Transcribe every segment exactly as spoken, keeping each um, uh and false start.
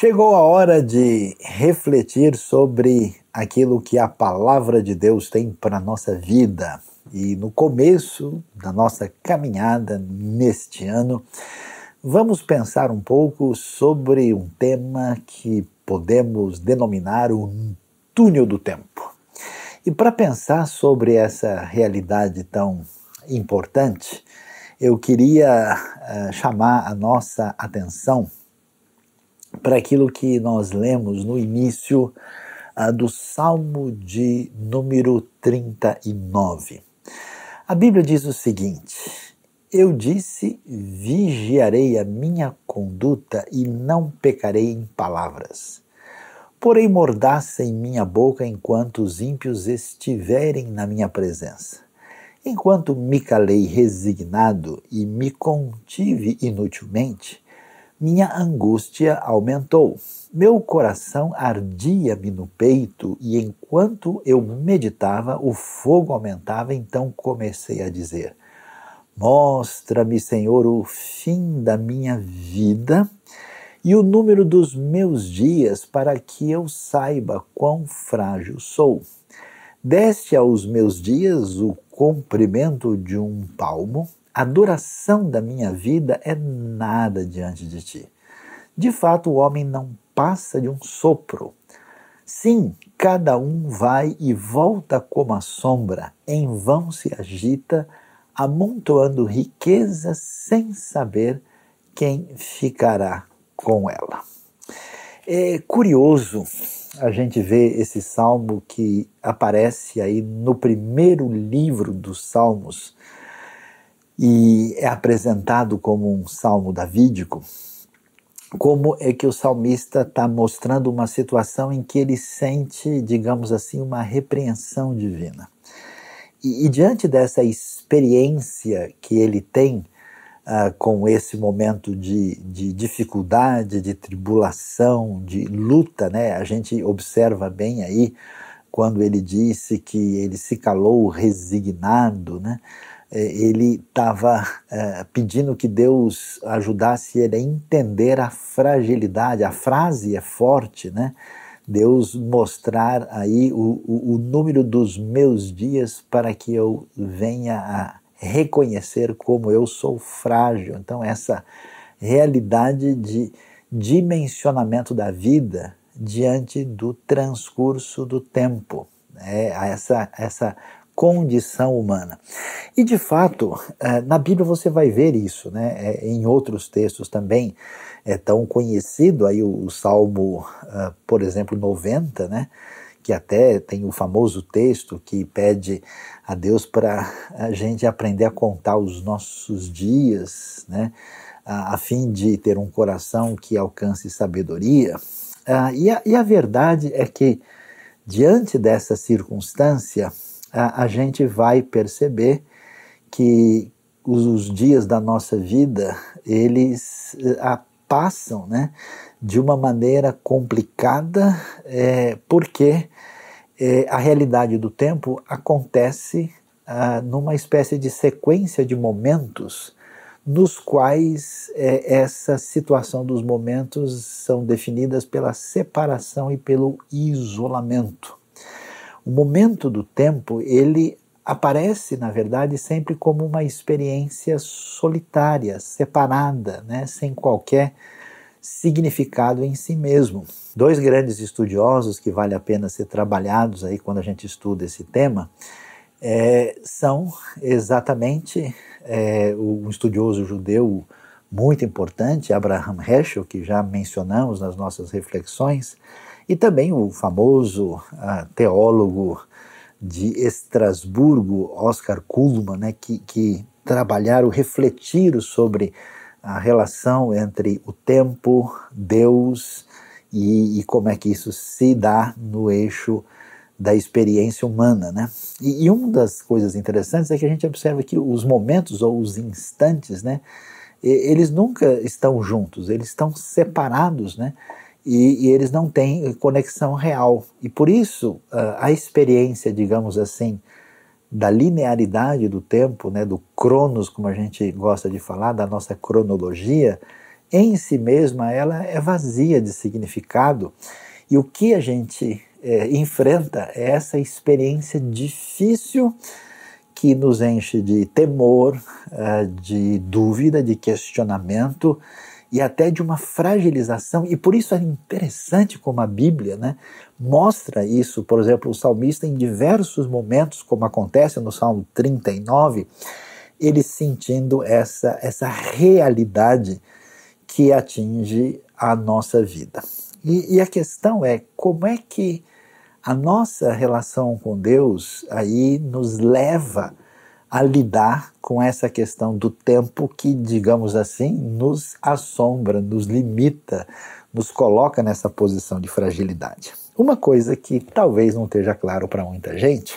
Chegou a hora de refletir sobre aquilo que a palavra de Deus tem para a nossa vida. E no começo da nossa caminhada neste ano, vamos pensar um pouco sobre um tema que podemos denominar o túnel do tempo. E para pensar sobre essa realidade tão importante, eu queria uh, chamar a nossa atenção para aquilo que nós lemos no início uh, do Salmo de número trinta e nove. A Bíblia diz o seguinte: eu disse, vigiarei a minha conduta e não pecarei em palavras. Porém mordaça em minha boca enquanto os ímpios estiverem na minha presença. Enquanto me calei resignado e me contive inutilmente, minha angústia aumentou. Meu coração ardia-me no peito e enquanto eu meditava, o fogo aumentava. Então comecei a dizer: mostra-me, Senhor, o fim da minha vida e o número dos meus dias, para que eu saiba quão frágil sou. Deste aos meus dias o comprimento de um palmo, a duração da minha vida é nada diante de ti. De fato, o homem não passa de um sopro. Sim, cada um vai e volta como a sombra, em vão se agita, amontoando riqueza sem saber quem ficará com ela. É curioso a gente ver esse salmo que aparece aí no primeiro livro dos Salmos e é apresentado como um salmo davídico. Como é que o salmista está mostrando uma situação em que ele sente, digamos assim, uma repreensão divina. E, e diante dessa experiência que ele tem uh, com esse momento de, de dificuldade, de tribulação, de luta, né? A gente observa bem aí quando ele disse que ele se calou resignado, né? Ele estava uh, pedindo que Deus ajudasse ele a entender a fragilidade. A frase é forte, né? Deus mostrar aí o, o, o número dos meus dias para que eu venha a reconhecer como eu sou frágil. Então essa realidade de dimensionamento da vida diante do transcurso do tempo, né? essa, essa condição humana. E de fato, na Bíblia você vai ver isso, né? Em outros textos também é tão conhecido aí o, o Salmo, por exemplo, noventa, né? Que até tem o famoso texto que pede a Deus para a gente aprender a contar os nossos dias, né? A, a fim de ter um coração que alcance sabedoria. E a, e a verdade é que, diante dessa circunstância, a, a gente vai perceber que os, os dias da nossa vida, eles a, passam, né, de uma maneira complicada, é, porque é, a realidade do tempo acontece ah, numa espécie de sequência de momentos nos quais é, essa situação dos momentos são definidas pela separação e pelo isolamento. O momento do tempo, ele aparece, na verdade, sempre como uma experiência solitária, separada, né, sem qualquer significado em si mesmo. Dois grandes estudiosos que vale a pena ser trabalhados aí quando a gente estuda esse tema é, são exatamente é, um estudioso judeu muito importante, Abraham Heschel, que já mencionamos nas nossas reflexões, e também o famoso uh, teólogo de Estrasburgo, Oscar Cullmann, né, que, que trabalharam, refletiram sobre a relação entre o tempo, Deus e, e como é que isso se dá no eixo da experiência humana, né? E, e uma das coisas interessantes é que a gente observa que os momentos ou os instantes, né, eles nunca estão juntos, eles estão separados, né? E, e eles não têm conexão real. E por isso, uh, a experiência, digamos assim, da linearidade do tempo, né, do cronos, como a gente gosta de falar, da nossa cronologia, em si mesma, ela é vazia de significado. E o que a gente é, enfrenta é essa experiência difícil que nos enche de temor, de dúvida, de questionamento e até de uma fragilização. E por isso é interessante como a Bíblia, né, mostra isso. Por exemplo, o salmista, em diversos momentos, como acontece no Salmo trinta e nove, ele sentindo essa, essa realidade que atinge a nossa vida. E, e a questão é, como é que a nossa relação com Deus aí nos leva a lidar com essa questão do tempo que, digamos assim, nos assombra, nos limita, nos coloca nessa posição de fragilidade. Uma coisa que talvez não esteja claro para muita gente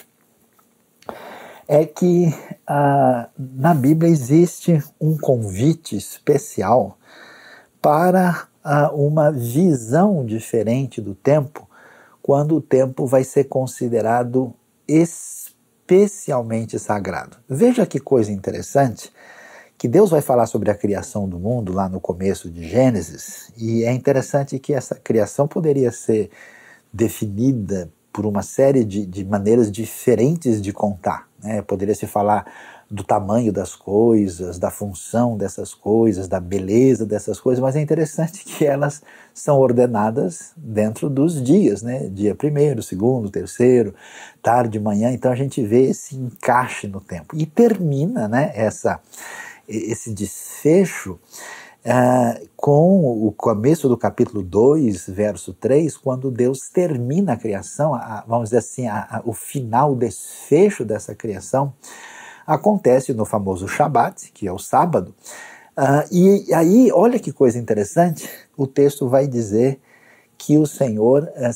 é que ah, na Bíblia existe um convite especial para ah, uma visão diferente do tempo, quando o tempo vai ser considerado especialmente sagrado. Veja que coisa interessante, que Deus vai falar sobre a criação do mundo lá no começo de Gênesis, e é interessante que essa criação poderia ser definida por uma série de, de maneiras diferentes de contar, né? Poderia se falar do tamanho das coisas, da função dessas coisas, da beleza dessas coisas, mas é interessante que elas são ordenadas dentro dos dias, né? Dia primeiro, segundo, terceiro, tarde, manhã, então a gente vê esse encaixe no tempo. E termina, né, essa, esse desfecho uh, com o começo do capítulo dois, verso três, quando Deus termina a criação, a, vamos dizer assim, a, a, o final, o desfecho dessa criação, acontece no famoso Shabat, que é o sábado, uh, e aí, olha que coisa interessante, o texto vai dizer que o Senhor uh,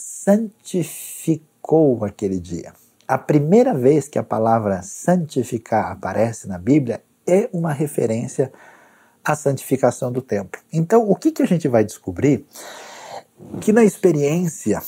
santificou aquele dia. A primeira vez que a palavra santificar aparece na Bíblia é uma referência à santificação do templo. Então, o que, que a gente vai descobrir? Que na experiência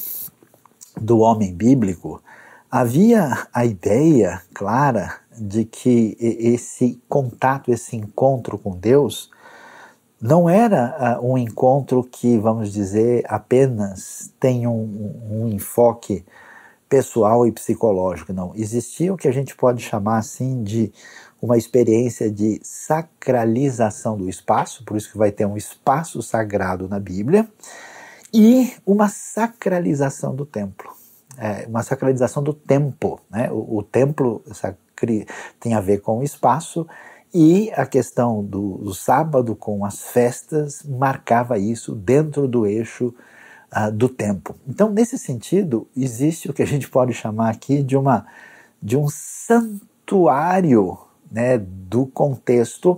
do homem bíblico, havia a ideia clara de que esse contato, esse encontro com Deus, não era uh, um encontro que, vamos dizer, apenas tem um, um enfoque pessoal e psicológico, não. Existia o que a gente pode chamar assim de uma experiência de sacralização do espaço, por isso que vai ter um espaço sagrado na Bíblia, e uma sacralização do templo. É, uma sacralização do tempo, né? O, o templo sacri, tem a ver com o espaço, e a questão do, do sábado com as festas marcava isso dentro do eixo uh, do tempo. Então, nesse sentido, existe o que a gente pode chamar aqui de, uma, de um santuário, né, do contexto,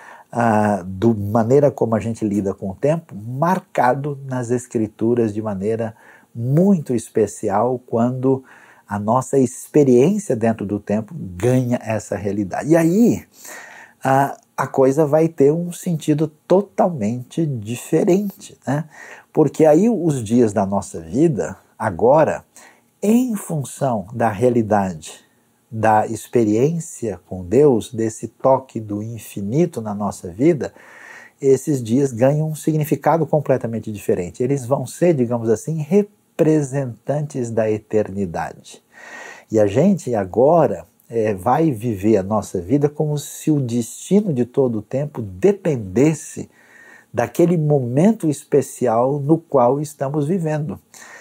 uh, do maneira como a gente lida com o tempo, marcado nas Escrituras de maneira muito especial, quando a nossa experiência dentro do tempo ganha essa realidade. E aí a, a coisa vai ter um sentido totalmente diferente, né? Porque aí os dias da nossa vida, agora, em função da realidade, da experiência com Deus, desse toque do infinito na nossa vida, esses dias ganham um significado completamente diferente. Eles vão ser, digamos assim, representantes da eternidade. E a gente agora é, vai viver a nossa vida como se o destino de todo o tempo dependesse daquele momento especial no qual estamos vivendo.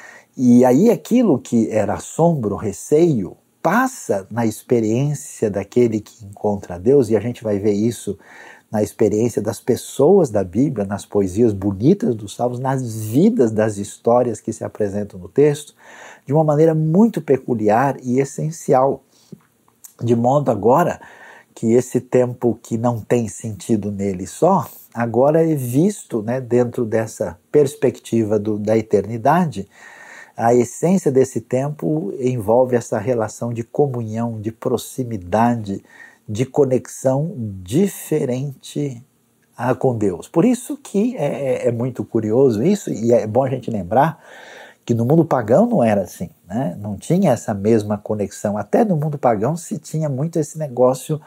E aí aquilo que era assombro, receio, passa na experiência daquele que encontra Deus, e a gente vai ver isso na experiência das pessoas da Bíblia, nas poesias bonitas dos Salmos, nas vidas das histórias que se apresentam no texto, de uma maneira muito peculiar e essencial. De modo agora que esse tempo que não tem sentido nele só, agora é visto, né, dentro dessa perspectiva do, da eternidade. A essência desse tempo envolve essa relação de comunhão, de proximidade, de conexão diferente ah, com Deus. Por isso que é, é muito curioso isso, e é bom a gente lembrar que no mundo pagão não era assim, né? Não tinha essa mesma conexão. Até no mundo pagão se tinha muito esse negócio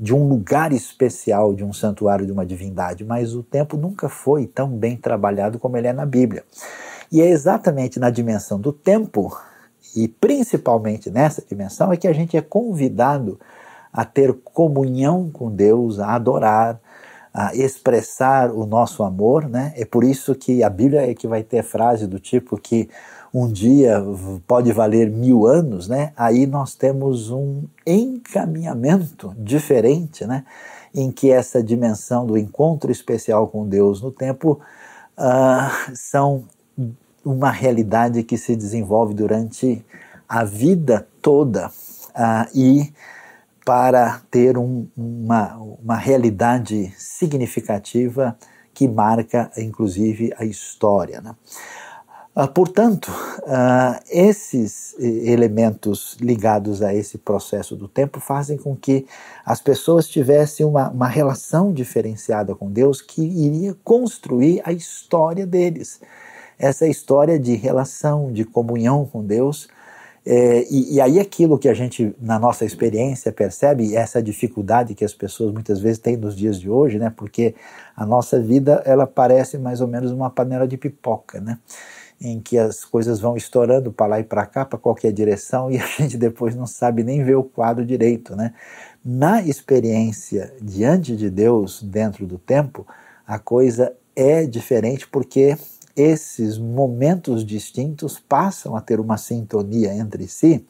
de um lugar especial, de um santuário de uma divindade, mas o tempo nunca foi tão bem trabalhado como ele é na Bíblia. E é exatamente na dimensão do tempo, e principalmente nessa dimensão, é que a gente é convidado a ter comunhão com Deus, a adorar, a expressar o nosso amor, né? É por isso que a Bíblia é que vai ter frase do tipo que um dia pode valer mil anos, né? Aí nós temos um encaminhamento diferente, né? Em que essa dimensão do encontro especial com Deus no tempo uh, são uma realidade que se desenvolve durante a vida toda uh, e para ter um, uma, uma realidade significativa que marca, inclusive, a história, né? Uh, portanto, uh, esses elementos ligados a esse processo do tempo fazem com que as pessoas tivessem uma, uma relação diferenciada com Deus que iria construir a história deles. Essa história de relação, de comunhão com Deus. É, e, e aí aquilo que a gente, na nossa experiência, percebe, essa dificuldade que as pessoas muitas vezes têm nos dias de hoje, né? Porque a nossa vida, ela parece mais ou menos uma panela de pipoca, né? Em que as coisas vão estourando para lá e para cá, para qualquer direção, e a gente depois não sabe nem ver o quadro direito, né? Na experiência diante de Deus, dentro do tempo, a coisa é diferente, porque esses momentos distintos passam a ter uma sintonia entre si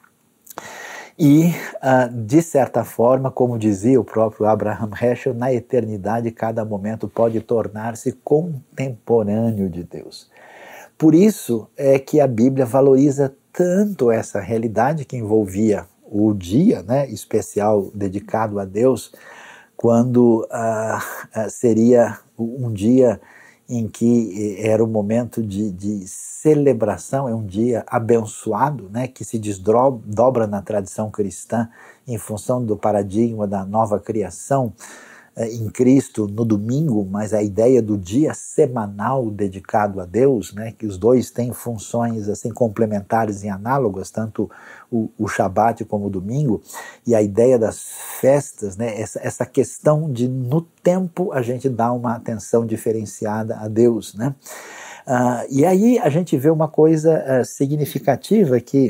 e, uh, de certa forma, como dizia o próprio Abraham Heschel, na eternidade cada momento pode tornar-se contemporâneo de Deus. Por isso é que a Bíblia valoriza tanto essa realidade que envolvia o dia, né, especial dedicado a Deus, quando uh, uh, seria um dia em que era um momento de, de celebração, é um dia abençoado, né, que se desdobra na tradição cristã em função do paradigma da nova criação eh, em Cristo no domingo, mas a ideia do dia semanal dedicado a Deus, né, que os dois têm funções assim complementares e análogas, tanto o, o Shabat como o domingo, e a ideia das festas, né, essa, essa questão de no tempo a gente dá uma atenção diferenciada a Deus, né? Uh, e aí a gente vê uma coisa uh, significativa que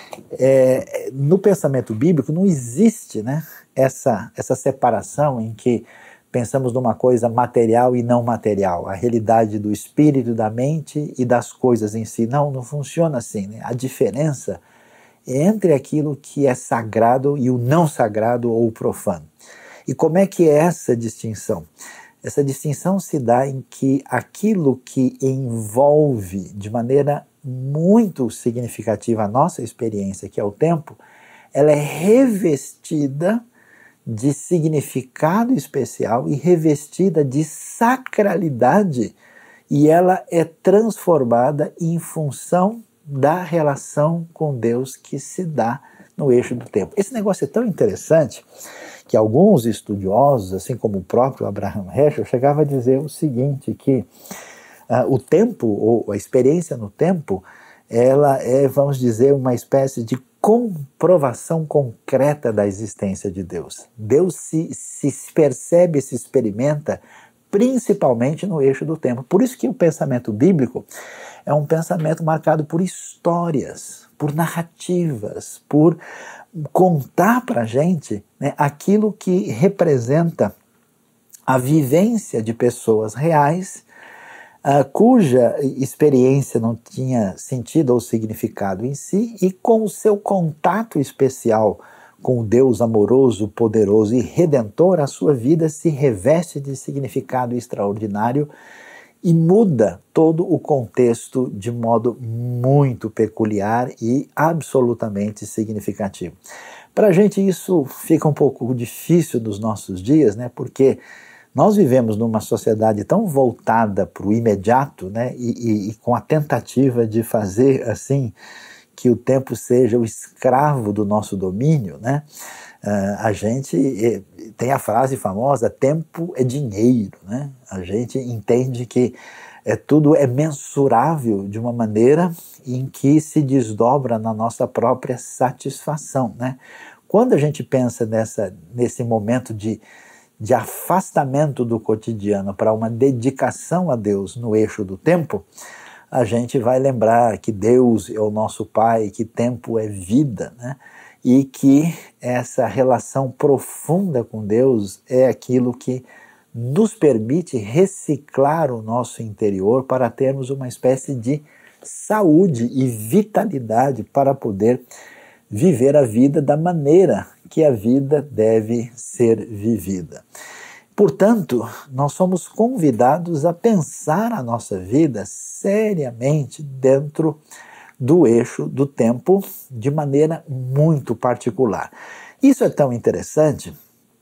é, no pensamento bíblico não existe, né, essa, essa separação em que pensamos numa coisa material e não material, a realidade do espírito, da mente e das coisas em si. Não, não funciona assim, né? A diferença é entre aquilo que é sagrado e o não sagrado ou profano. E como é que é essa distinção? Essa distinção se dá em que aquilo que envolve de maneira muito significativa a nossa experiência, que é o tempo, ela é revestida de significado especial e revestida de sacralidade, e ela é transformada em função da relação com Deus que se dá no eixo do tempo. Esse negócio é tão interessante que alguns estudiosos, assim como o próprio Abraham Heschel, chegavam a dizer o seguinte, que uh, o tempo, ou a experiência no tempo, ela é, vamos dizer, uma espécie de comprovação concreta da existência de Deus. Deus se, se percebe, se experimenta, principalmente no eixo do tempo. Por isso que o pensamento bíblico é um pensamento marcado por histórias, por narrativas, por contar para a gente, né, aquilo que representa a vivência de pessoas reais, uh, cuja experiência não tinha sentido ou significado em si, e com o seu contato especial com o Deus amoroso, poderoso e redentor, a sua vida se reveste de significado extraordinário e muda todo o contexto de modo muito peculiar e absolutamente significativo. Para a gente isso fica um pouco difícil nos nossos dias, né? Porque nós vivemos numa sociedade tão voltada para o imediato, né? E, e, e com a tentativa de fazer assim que o tempo seja o escravo do nosso domínio, né? Uh, a gente tem a frase famosa, tempo é dinheiro, né? A gente entende que é, tudo é mensurável de uma maneira em que se desdobra na nossa própria satisfação, né? quando a gente pensa nessa, nesse momento de, de afastamento do cotidiano para uma dedicação a Deus no eixo do tempo, a gente vai lembrar que Deus é o nosso Pai, que tempo é vida, né? E que essa relação profunda com Deus é aquilo que nos permite reciclar o nosso interior para termos uma espécie de saúde e vitalidade para poder viver a vida da maneira que a vida deve ser vivida. Portanto, nós somos convidados a pensar a nossa vida seriamente dentro do eixo do tempo de maneira muito particular. Isso é tão interessante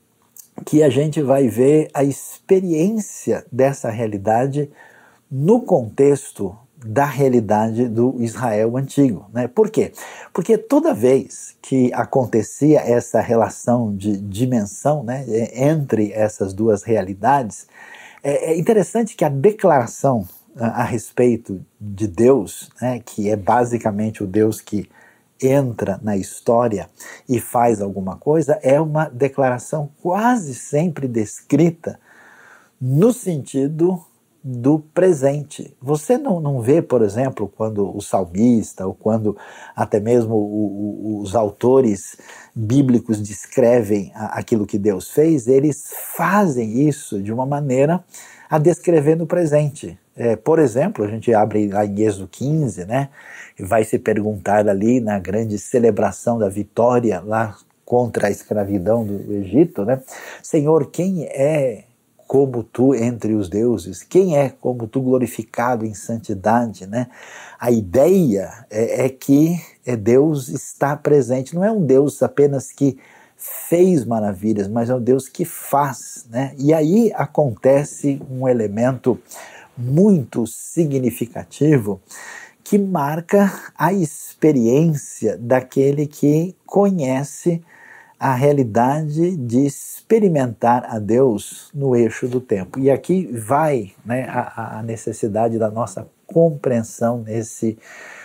que a gente vai ver a experiência dessa realidade no contexto da realidade do Israel antigo, né? Por quê? Porque toda vez que acontecia essa relação de dimensão, né, entre essas duas realidades, é interessante que a declaração a, a respeito de Deus, né, que é basicamente o Deus que entra na história e faz alguma coisa, é uma declaração quase sempre descrita no sentido do presente. Você não, não vê, por exemplo, quando o salmista ou quando até mesmo o, o, os autores bíblicos descrevem a, aquilo que Deus fez, eles fazem isso de uma maneira a descrever no presente. É, por exemplo, a gente abre lá em Êxodo quinze, né, e vai se perguntar ali na grande celebração da vitória lá contra a escravidão do Egito, né, Senhor, quem é como tu entre os deuses? Quem é como tu glorificado em santidade, né? A ideia é, é que Deus está presente, não é um Deus apenas que fez maravilhas, mas é um Deus que faz, né? E aí acontece um elemento muito significativo que marca a experiência daquele que conhece a realidade de experimentar a Deus no eixo do tempo. E aqui vai, né, a, a necessidade da nossa compreensão nesse,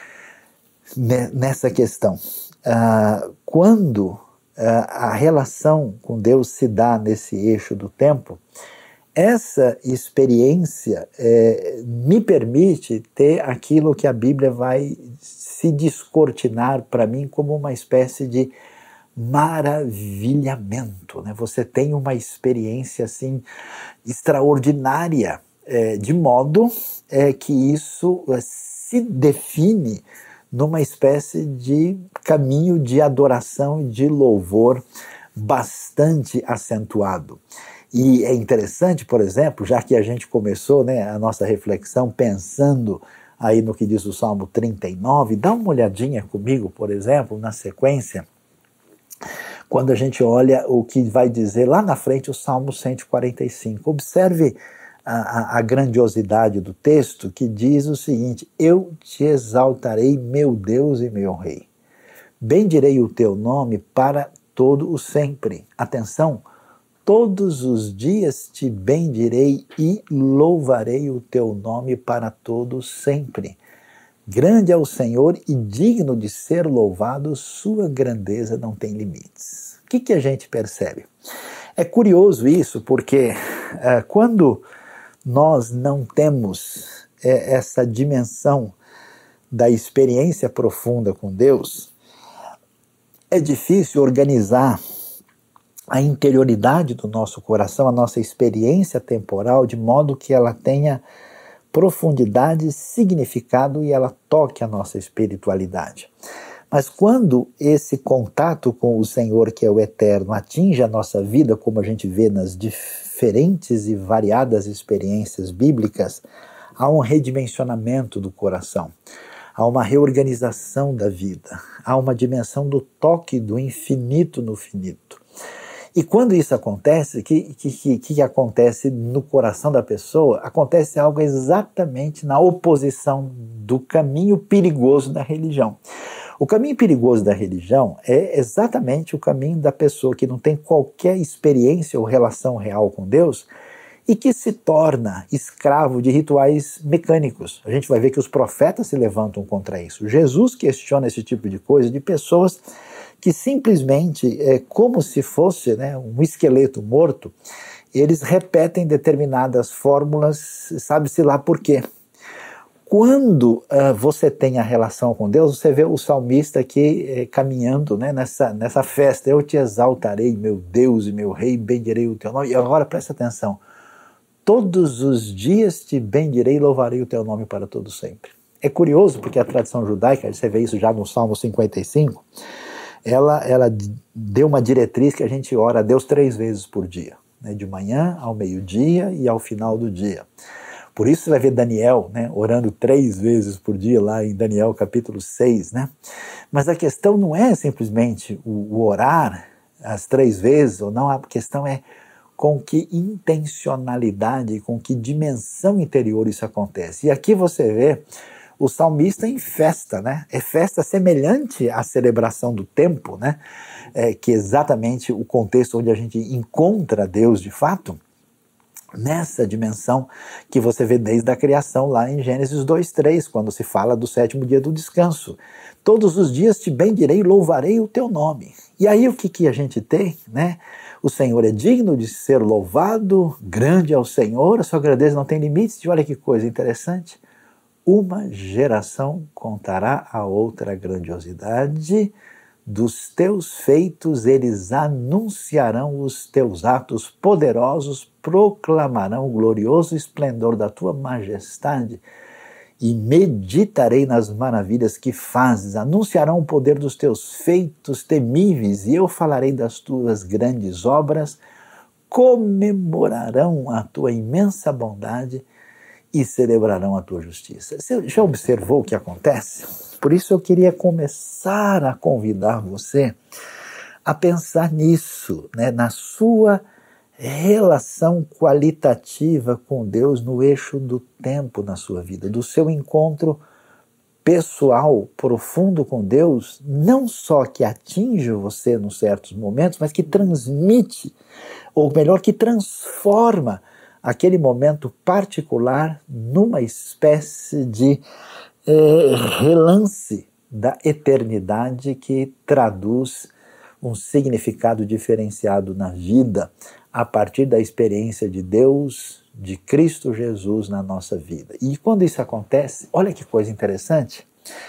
nessa questão. Uh, quando uh, a relação com Deus se dá nesse eixo do tempo, essa experiência eh, me permite ter aquilo que a Bíblia vai se descortinar para mim como uma espécie de maravilhamento, né? Você tem uma experiência assim extraordinária, é, de modo é, que isso é, se define numa espécie de caminho de adoração e de louvor bastante acentuado. E é interessante, por exemplo, já que a gente começou, né, a nossa reflexão pensando aí no que diz o Salmo trinta e nove, dá uma olhadinha comigo, por exemplo, na sequência, quando a gente olha o que vai dizer lá na frente o Salmo cento e quarenta e cinco. Observe a, a, a grandiosidade do texto, que diz o seguinte: eu te exaltarei, meu Deus e meu Rei. Bendirei o teu nome para todo o sempre. Atenção, todos os dias te bendirei e louvarei o teu nome para todo o sempre. Grande é o Senhor e digno de ser louvado, sua grandeza não tem limites. O que, que a gente percebe? É curioso isso, porque é, quando nós não temos é, essa dimensão da experiência profunda com Deus, é difícil organizar a interioridade do nosso coração, a nossa experiência temporal, de modo que ela tenha profundidade, significado e ela toque a nossa espiritualidade. Mas quando esse contato com o Senhor, que é o eterno, atinge a nossa vida, como a gente vê nas diferentes e variadas experiências bíblicas, há um redimensionamento do coração, há uma reorganização da vida, há uma dimensão do toque do infinito no finito. E quando isso acontece, o que, que, que acontece no coração da pessoa? Acontece algo exatamente na oposição do caminho perigoso da religião. O caminho perigoso da religião é exatamente o caminho da pessoa que não tem qualquer experiência ou relação real com Deus e que se torna escravo de rituais mecânicos. A gente vai ver que os profetas se levantam contra isso. Jesus questiona esse tipo de coisa de pessoas que simplesmente, é como se fosse, né, um esqueleto morto, eles repetem determinadas fórmulas, sabe-se lá por quê. Quando uh, você tem a relação com Deus, você vê o salmista aqui eh, caminhando, né, nessa, nessa festa. Eu te exaltarei, meu Deus e meu rei, bendirei o teu nome. E agora presta atenção. Todos os dias te bendirei e louvarei o teu nome para todo sempre. É curioso porque a tradição judaica, você vê isso já no Salmo cinquenta e cinco, ela, ela deu uma diretriz que a gente ora a Deus três vezes por dia, né, de manhã ao meio-dia e ao final do dia. Por isso você vai ver Daniel, né, orando três vezes por dia lá em Daniel capítulo seis. Né? Mas a questão não é simplesmente o, o orar as três vezes, ou não, a questão é com que intencionalidade, com que dimensão interior isso acontece. E aqui você vê o salmista em festa, né? É festa semelhante à celebração do tempo, né? É, que é exatamente o contexto onde a gente encontra Deus de fato, nessa dimensão que você vê desde a criação lá em Gênesis dois, três, quando se fala do sétimo dia do descanso. Todos os dias te bendirei e louvarei o teu nome. E aí o que, que a gente tem, né? O Senhor é digno de ser louvado, grande é o Senhor, a sua grandeza não tem limites. E olha que coisa interessante, uma geração contará a outra a grandiosidade dos teus feitos, eles anunciarão os teus atos poderosos, proclamarão o glorioso esplendor da tua majestade e meditarei nas maravilhas que fazes, anunciarão o poder dos teus feitos temíveis e eu falarei das tuas grandes obras, comemorarão a tua imensa bondade e celebrarão a tua justiça. Você já observou o que acontece? Por isso eu queria começar a convidar você a pensar nisso, né, na sua relação qualitativa com Deus no eixo do tempo na sua vida, do seu encontro pessoal, profundo com Deus, não só que atinge você em certos momentos, mas que transmite, ou melhor, que transforma aquele momento particular numa espécie de é, relance da eternidade que traduz um significado diferenciado na vida a partir da experiência de Deus, de Cristo Jesus na nossa vida. E quando isso acontece, olha que coisa interessante,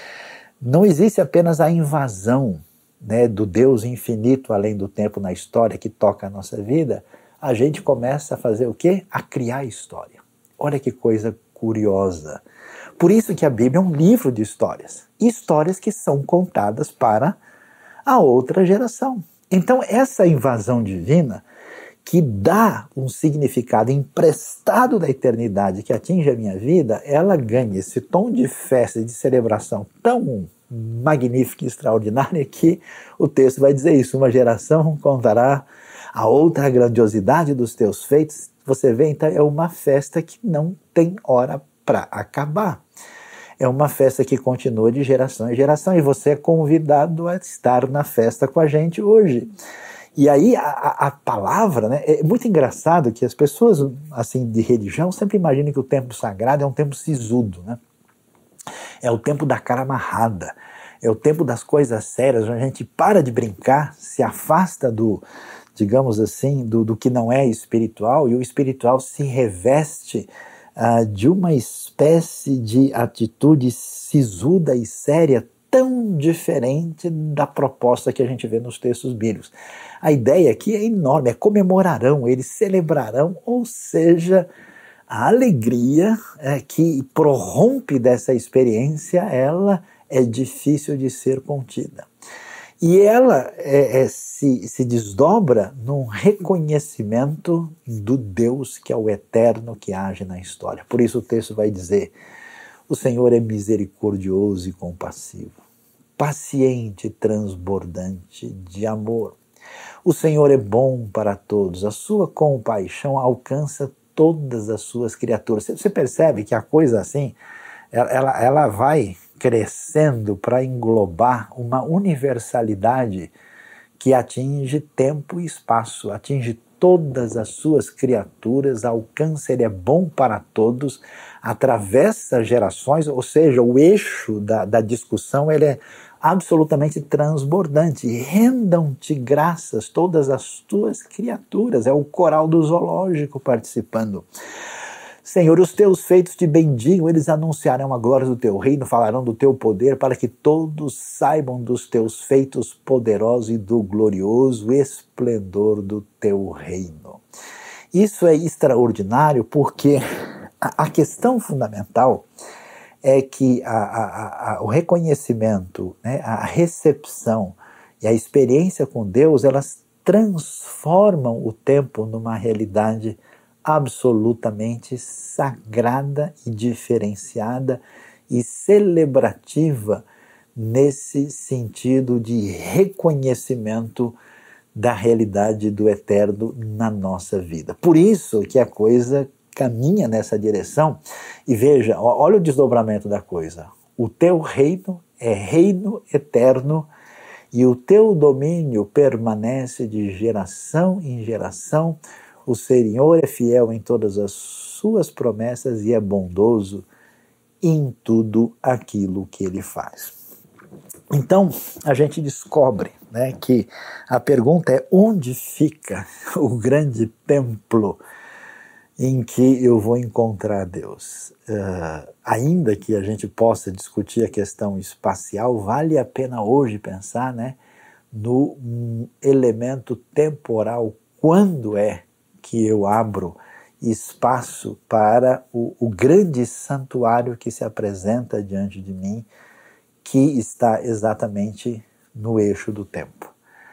não existe apenas a invasão, né, do Deus infinito além do tempo na história que toca a nossa vida, a gente começa a fazer o quê? A criar história. Olha que coisa curiosa. Por isso que a Bíblia é um livro de histórias. Histórias que são contadas para a outra geração. Então essa invasão divina que dá um significado emprestado da eternidade que atinge a minha vida, ela ganha esse tom de festa e de celebração tão magnífica e extraordinária que o texto vai dizer isso, uma geração contará a outra grandiosidade dos teus feitos. Você vê, então, é uma festa que não tem hora para acabar. É uma festa que continua de geração em geração e você é convidado a estar na festa com a gente hoje. E aí a, a palavra, né, é muito engraçado que as pessoas assim, de religião sempre imaginam que o tempo sagrado é um tempo sisudo, né? É o tempo da cara amarrada, é o tempo das coisas sérias, onde a gente para de brincar, se afasta do, digamos assim, do, do que não é espiritual, e o espiritual se reveste uh, de uma espécie de atitude sisuda e séria, tão diferente da proposta que a gente vê nos textos bíblicos. A ideia aqui é enorme, é comemorarão, eles celebrarão, ou seja, a alegria é, que prorrompe dessa experiência, ela é difícil de ser contida. E ela é, é, se, se desdobra num reconhecimento do Deus que é o eterno que age na história. Por isso o texto vai dizer, o Senhor é misericordioso e compassivo, paciente e transbordante de amor. O Senhor é bom para todos, a sua compaixão alcança todas as suas criaturas. Você percebe que a coisa assim, ela, ela vai crescendo para englobar uma universalidade que atinge tempo e espaço, atinge todas as suas criaturas, alcança, ele é bom para todos, atravessa gerações, ou seja, o eixo da, da discussão ele é absolutamente transbordante. Rendam-te graças todas as tuas criaturas. É o coral do zoológico participando. Senhor, os teus feitos te bendigam, eles anunciarão a glória do teu reino, falarão do teu poder, para que todos saibam dos teus feitos poderosos e do glorioso esplendor do teu reino. Isso é extraordinário porque a questão fundamental é que a, a, a, o reconhecimento, né, a recepção e a experiência com Deus, elas transformam o tempo numa realidade absolutamente sagrada e diferenciada e celebrativa nesse sentido de reconhecimento da realidade do eterno na nossa vida. Por isso que a coisa caminha nessa direção. E veja, olha o desdobramento da coisa. O teu reino é reino eterno e o teu domínio permanece de geração em geração. O Senhor é fiel em todas as suas promessas e é bondoso em tudo aquilo que Ele faz. Então, a gente descobre, né, que a pergunta é: onde fica o grande templo em que eu vou encontrar Deus? Uh, ainda que a gente possa discutir a questão espacial, vale a pena hoje pensar, né, no um, elemento temporal. Quando é que eu abro espaço para o, o grande santuário que se apresenta diante de mim, que está exatamente no eixo do tempo?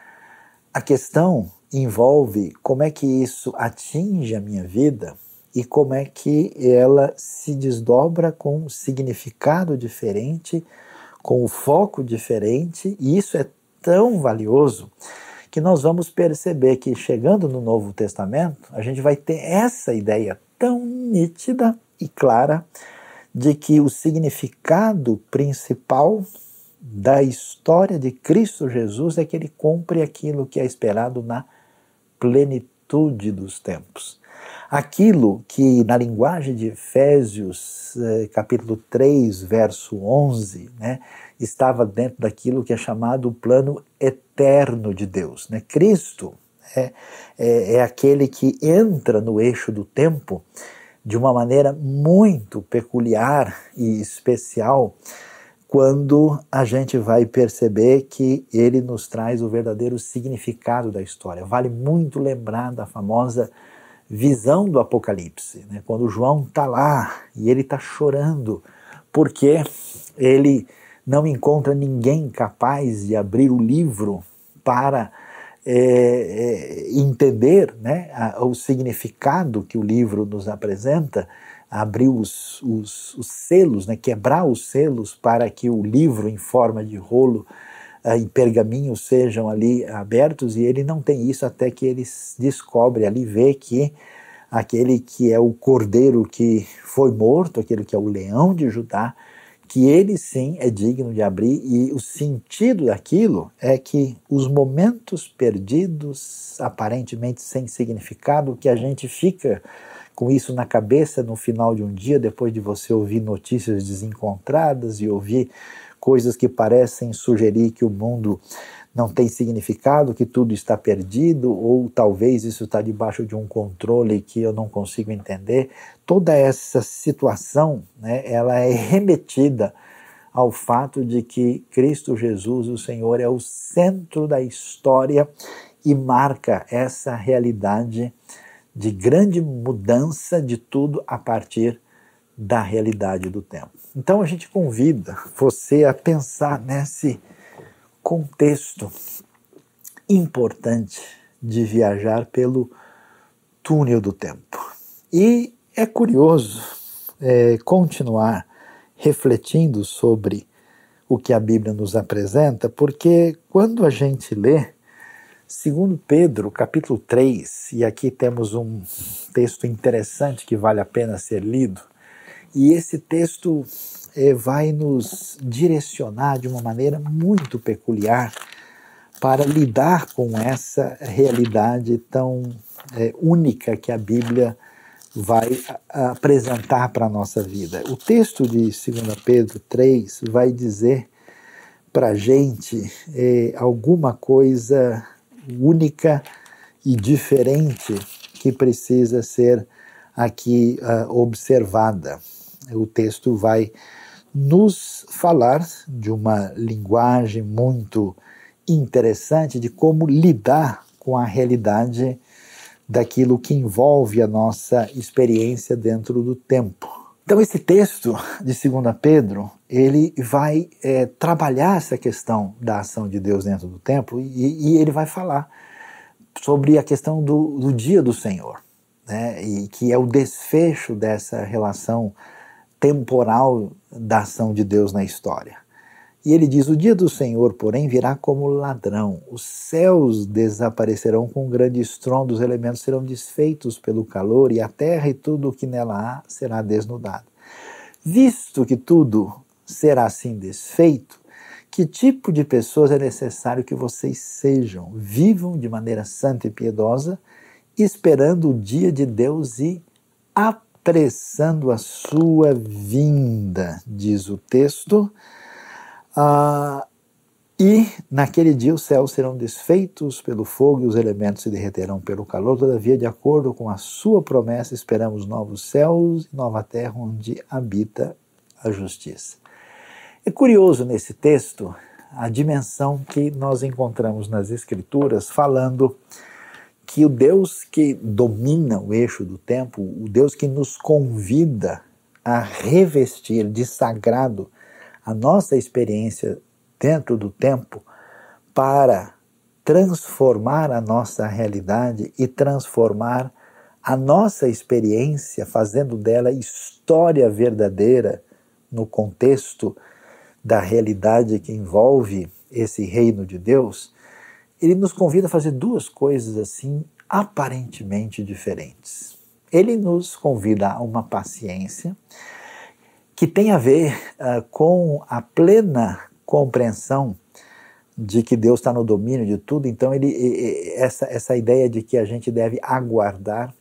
A questão envolve como é que isso atinge a minha vida e como é que ela se desdobra com um significado diferente, com um foco diferente, e isso é tão valioso que nós vamos perceber que, chegando no Novo Testamento, a gente vai ter essa ideia tão nítida e clara de que o significado principal da história de Cristo Jesus é que Ele cumpre aquilo que é esperado na plenitude dos tempos. Aquilo que, na linguagem de Efésios, eh, capítulo três, verso onze, né, estava dentro daquilo que é chamado o plano eterno de Deus. Né? Cristo é, é, é aquele que entra no eixo do tempo de uma maneira muito peculiar e especial, quando a gente vai perceber que ele nos traz o verdadeiro significado da história. Vale muito lembrar da famosa visão do Apocalipse, né? Quando João está lá e ele está chorando porque ele não encontra ninguém capaz de abrir o livro para é, é, entender, né, a, o significado que o livro nos apresenta, abrir os, os, os selos, né, quebrar os selos para que o livro em forma de rolo uh, em pergaminho sejam ali abertos, e ele não tem isso até que ele descobre ali, vê que aquele que é o cordeiro que foi morto, aquele que é o leão de Judá, que ele sim é digno de abrir, e o sentido daquilo é que os momentos perdidos, aparentemente sem significado, que a gente fica com isso na cabeça no final de um dia, depois de você ouvir notícias desencontradas e ouvir coisas que parecem sugerir que o mundo não tem significado, que tudo está perdido, ou talvez isso está debaixo de um controle que eu não consigo entender. Toda essa situação, né, ela é remetida ao fato de que Cristo Jesus, o Senhor, é o centro da história e marca essa realidade de grande mudança de tudo a partir da realidade do tempo. Então a gente convida você a pensar nesse contexto importante de viajar pelo túnel do tempo. E é curioso é, continuar refletindo sobre o que a Bíblia nos apresenta, porque quando a gente lê segundo Pedro, capítulo três, e aqui temos um texto interessante que vale a pena ser lido, e esse texto é, vai nos direcionar de uma maneira muito peculiar para lidar com essa realidade tão é, única que a Bíblia vai a, apresentar para a nossa vida. O texto de segundo Pedro três vai dizer para a gente é, alguma coisa única e diferente que precisa ser aqui uh, observada. O texto vai nos falar de uma linguagem muito interessante de como lidar com a realidade daquilo que envolve a nossa experiência dentro do tempo. Então esse texto de Segunda Pedro, ele vai é, trabalhar essa questão da ação de Deus dentro do tempo e, e ele vai falar sobre a questão do, do dia do Senhor, né, e que é o desfecho dessa relação temporal da ação de Deus na história. E ele diz, o dia do Senhor, porém, virá como ladrão. Os céus desaparecerão com um grande estrondo, os elementos serão desfeitos pelo calor, e a terra e tudo o que nela há será desnudado. Visto que tudo será assim desfeito, que tipo de pessoas é necessário que vocês sejam? Vivam de maneira santa e piedosa, esperando o dia de Deus e apressando a sua vinda, diz o texto. Ah, e naquele dia os céus serão desfeitos pelo fogo e os elementos se derreterão pelo calor. Todavia, de acordo com a sua promessa, esperamos novos céus e nova terra onde habita a justiça. É curioso nesse texto a dimensão que nós encontramos nas Escrituras falando que o Deus que domina o eixo do tempo, o Deus que nos convida a revestir de sagrado a nossa experiência dentro do tempo para transformar a nossa realidade e transformar a nossa experiência, fazendo dela história verdadeira no contexto da realidade que envolve esse reino de Deus. Ele nos convida a fazer duas coisas assim aparentemente diferentes. Ele nos convida a uma paciência que tem a ver uh, com a plena compreensão de que Deus está no domínio de tudo. Então ele, essa, essa ideia de que a gente deve aguardar,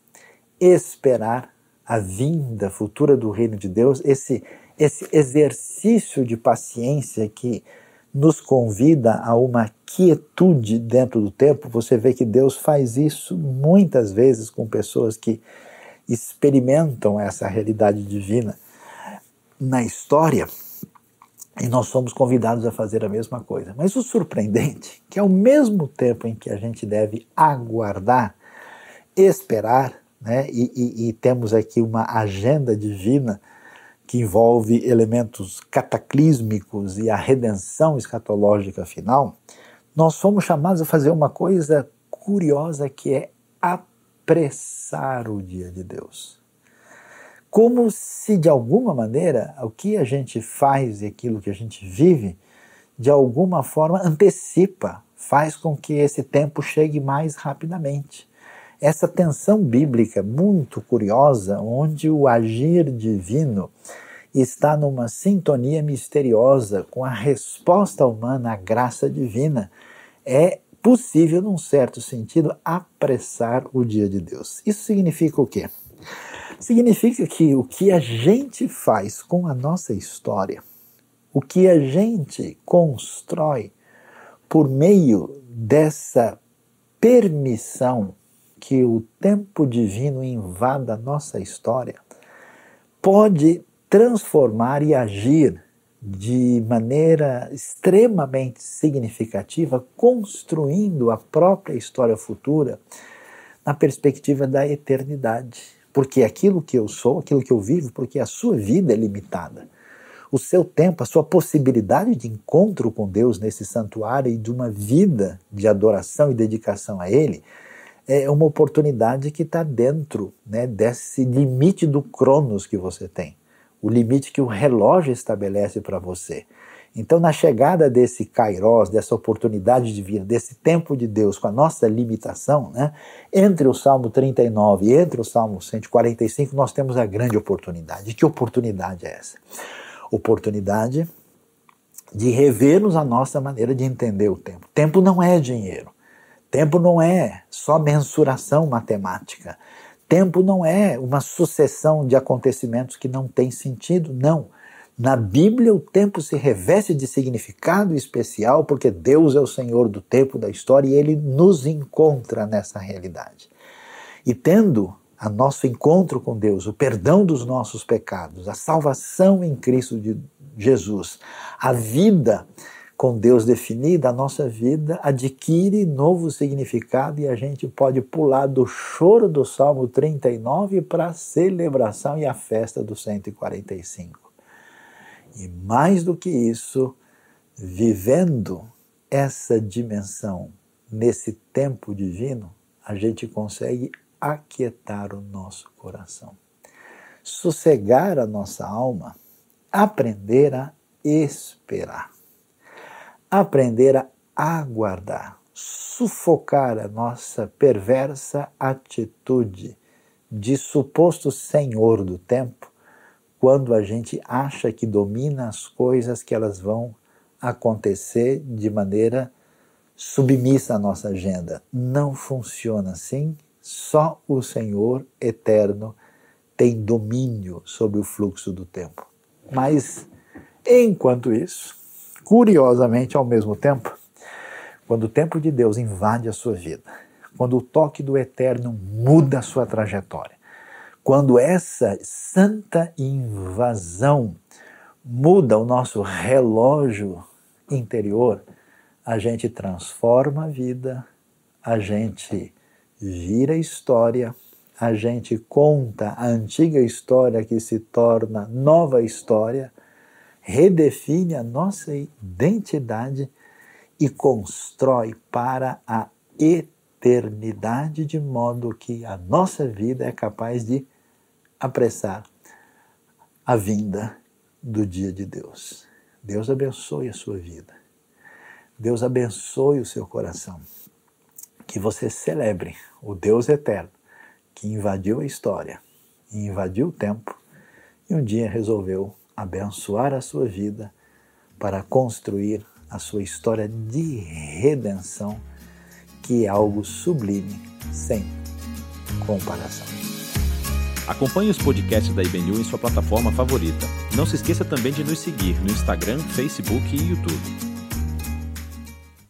esperar a vinda futura do reino de Deus, esse, esse exercício de paciência que nos convida a uma quietude dentro do tempo. Você vê que Deus faz isso muitas vezes com pessoas que experimentam essa realidade divina na história, e nós somos convidados a fazer a mesma coisa. Mas o surpreendente, que ao mesmo tempo em que a gente deve aguardar, esperar, né, e, e, e temos aqui uma agenda divina que envolve elementos cataclísmicos e a redenção escatológica final, nós somos chamados a fazer uma coisa curiosa, que é apressar o dia de Deus. Como se, de alguma maneira, o que a gente faz e aquilo que a gente vive, de alguma forma antecipa, faz com que esse tempo chegue mais rapidamente. Essa tensão bíblica muito curiosa, onde o agir divino está numa sintonia misteriosa com a resposta humana à graça divina, é possível, num certo sentido, apressar o dia de Deus. Isso significa o quê? Significa que o que a gente faz com a nossa história, o que a gente constrói por meio dessa permissão que o tempo divino invada a nossa história, pode transformar e agir de maneira extremamente significativa, construindo a própria história futura na perspectiva da eternidade. Porque aquilo que eu sou, aquilo que eu vivo, porque a sua vida é limitada. O seu tempo, a sua possibilidade de encontro com Deus nesse santuário e de uma vida de adoração e dedicação a Ele, é uma oportunidade que está dentro, né, desse limite do cronos que você tem. O limite que o relógio estabelece para você. Então, na chegada desse kairos, dessa oportunidade de vida, desse tempo de Deus com a nossa limitação, né, entre o Salmo trinta e nove e entre o Salmo cento e quarenta e cinco, nós temos a grande oportunidade. E que oportunidade é essa? Oportunidade de revermos a nossa maneira de entender o tempo. Tempo não é dinheiro. Tempo não é só mensuração matemática. Tempo não é uma sucessão de acontecimentos que não tem sentido, não. Na Bíblia, o tempo se reveste de significado especial porque Deus é o Senhor do tempo, da história, e Ele nos encontra nessa realidade. E tendo a nosso encontro com Deus, o perdão dos nossos pecados, a salvação em Cristo de Jesus, a vida com Deus definida, a nossa vida adquire novo significado e a gente pode pular do choro do Salmo trinta e nove para a celebração e a festa do cento e quarenta e cinco. E mais do que isso, vivendo essa dimensão nesse tempo divino, a gente consegue aquietar o nosso coração, sossegar a nossa alma, aprender a esperar, aprender a aguardar, sufocar a nossa perversa atitude de suposto senhor do tempo, quando a gente acha que domina as coisas, que elas vão acontecer de maneira submissa à nossa agenda. Não funciona assim. Só o Senhor eterno tem domínio sobre o fluxo do tempo. Mas, enquanto isso, curiosamente, ao mesmo tempo, quando o tempo de Deus invade a sua vida, quando o toque do eterno muda a sua trajetória, quando essa santa invasão muda o nosso relógio interior, a gente transforma a vida, a gente vira a história, a gente conta a antiga história que se torna nova história, redefine a nossa identidade e constrói para a eternidade, de modo que a nossa vida é capaz de apressar a vinda do dia de Deus. Deus abençoe a sua vida. Deus abençoe o seu coração. Que você celebre o Deus eterno que invadiu a história, invadiu o tempo e um dia resolveu abençoar a sua vida para construir a sua história de redenção, que é algo sublime, sem comparação. Acompanhe os podcasts da I B N U em sua plataforma favorita. Não se esqueça também de nos seguir no Instagram, Facebook e YouTube.